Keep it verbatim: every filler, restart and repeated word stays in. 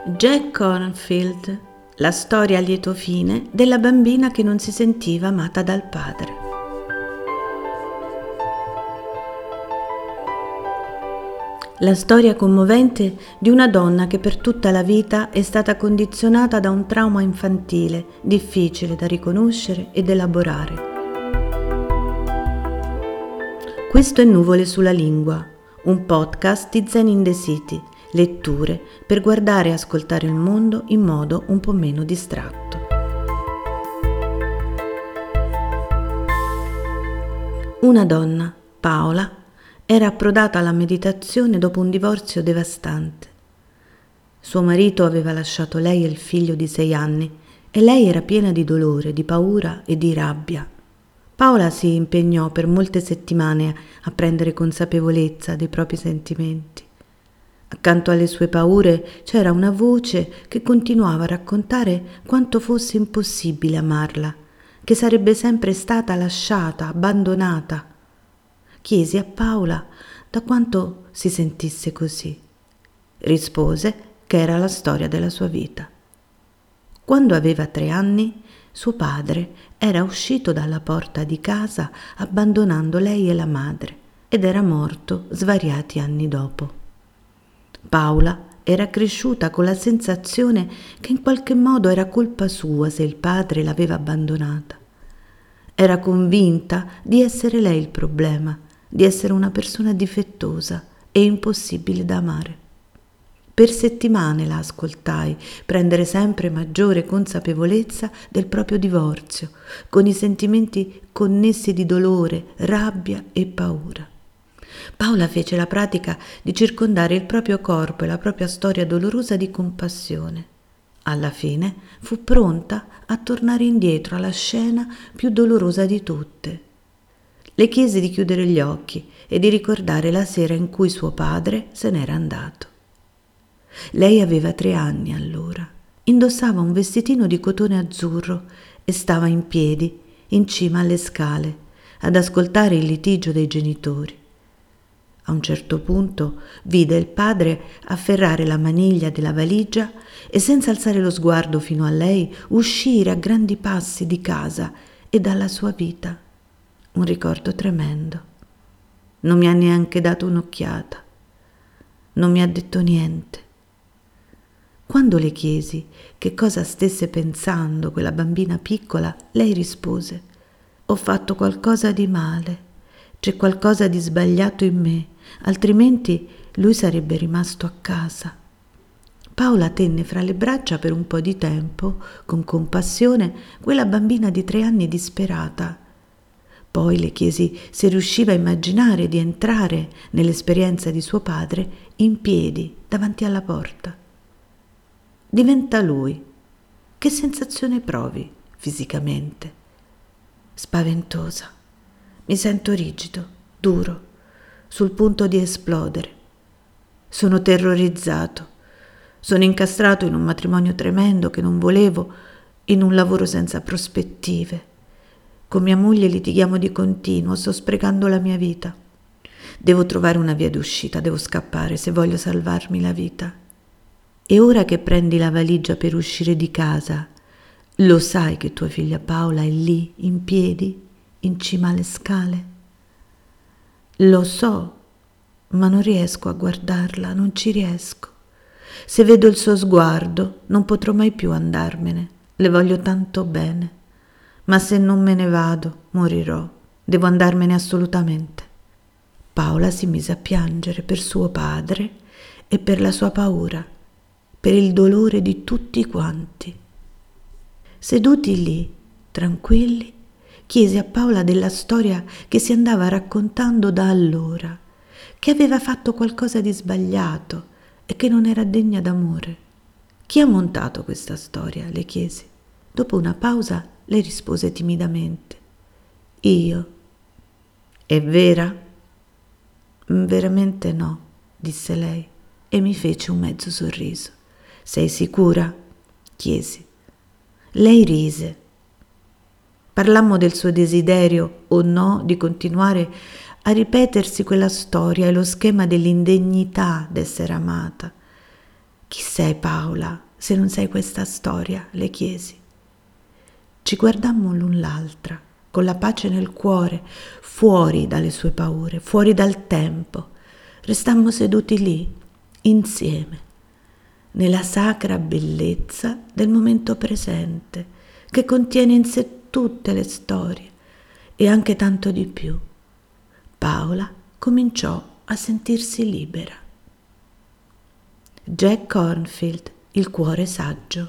Jack Cornfield, la storia a lieto fine della bambina che non si sentiva amata dal padre. La storia commovente di una donna che per tutta la vita è stata condizionata da un trauma infantile difficile da riconoscere ed elaborare. Questo è Nuvole sulla lingua, un podcast di Zen in the City, letture per guardare e ascoltare il mondo in modo un po' meno distratto. Una donna, Paola, era approdata alla meditazione dopo un divorzio devastante. Suo marito aveva lasciato lei e il figlio di sei anni e lei era piena di dolore, di paura e di rabbia. Paola si impegnò per molte settimane a prendere consapevolezza dei propri sentimenti. Accanto alle sue paure c'era una voce che continuava a raccontare quanto fosse impossibile amarla, che sarebbe sempre stata lasciata, abbandonata. Chiesi a Paola da quanto si sentisse così. Rispose che era la storia della sua vita. Quando aveva tre anni, suo padre era uscito dalla porta di casa abbandonando lei e la madre ed era morto svariati anni dopo. Paola era cresciuta con la sensazione che in qualche modo era colpa sua se il padre l'aveva abbandonata. Era convinta di essere lei il problema, di essere una persona difettosa e impossibile da amare. Per settimane la ascoltai prendere sempre maggiore consapevolezza del proprio divorzio, con i sentimenti connessi di dolore, rabbia e paura. Paola fece la pratica di circondare il proprio corpo e la propria storia dolorosa di compassione. Alla fine fu pronta a tornare indietro alla scena più dolorosa di tutte. Le chiesi di chiudere gli occhi e di ricordare la sera in cui suo padre se n'era andato. Lei aveva tre anni allora, indossava un vestitino di cotone azzurro e stava in piedi, in cima alle scale, ad ascoltare il litigio dei genitori. A un certo punto vide il padre afferrare la maniglia della valigia e senza alzare lo sguardo fino a lei uscire a grandi passi di casa e dalla sua vita. Un ricordo tremendo. Non mi ha neanche dato un'occhiata. Non mi ha detto niente. Quando le chiesi che cosa stesse pensando quella bambina piccola, lei rispose: «Ho fatto qualcosa di male. C'è qualcosa di sbagliato in me, altrimenti lui sarebbe rimasto a casa». Paola tenne fra le braccia per un po' di tempo, con compassione, quella bambina di tre anni disperata. Poi le chiesi se riusciva a immaginare di entrare nell'esperienza di suo padre in piedi davanti alla porta. Diventa lui. Che sensazione provi fisicamente? Spaventosa. Mi sento rigido, duro, sul punto di esplodere. Sono terrorizzato. Sono incastrato in un matrimonio tremendo che non volevo, in un lavoro senza prospettive. Con mia moglie litighiamo di continuo, sto sprecando la mia vita. Devo trovare una via d'uscita, devo scappare se voglio salvarmi la vita. E ora che prendi la valigia per uscire di casa, lo sai che tua figlia Paola è lì, in piedi, in cima alle scale? Lo so, ma non riesco a guardarla, non ci riesco. Se vedo il suo sguardo, non potrò mai più andarmene, le voglio tanto bene. Ma se non me ne vado, morirò, devo andarmene assolutamente. Paola si mise a piangere per suo padre e per la sua paura, per il dolore di tutti quanti. Seduti lì, tranquilli, chiesi a Paola della storia che si andava raccontando da allora, che aveva fatto qualcosa di sbagliato e che non era degna d'amore. Chi ha montato questa storia? Le chiesi. Dopo una pausa lei rispose timidamente: io. È vera? Veramente no, disse lei e mi fece un mezzo sorriso. Sei sicura? Chiesi. Lei rise. Parlammo del suo desiderio o no di continuare a ripetersi quella storia e lo schema dell'indegnità d'essere amata. Chi sei, Paola, se non sei questa storia? Le chiesi. Ci guardammo l'un l'altra, con la pace nel cuore, fuori dalle sue paure, fuori dal tempo. Restammo seduti lì, insieme, nella sacra bellezza del momento presente, che contiene in sé tutte le storie e anche tanto di più. Paola cominciò a sentirsi libera. Jack Kornfield, Il cuore saggio.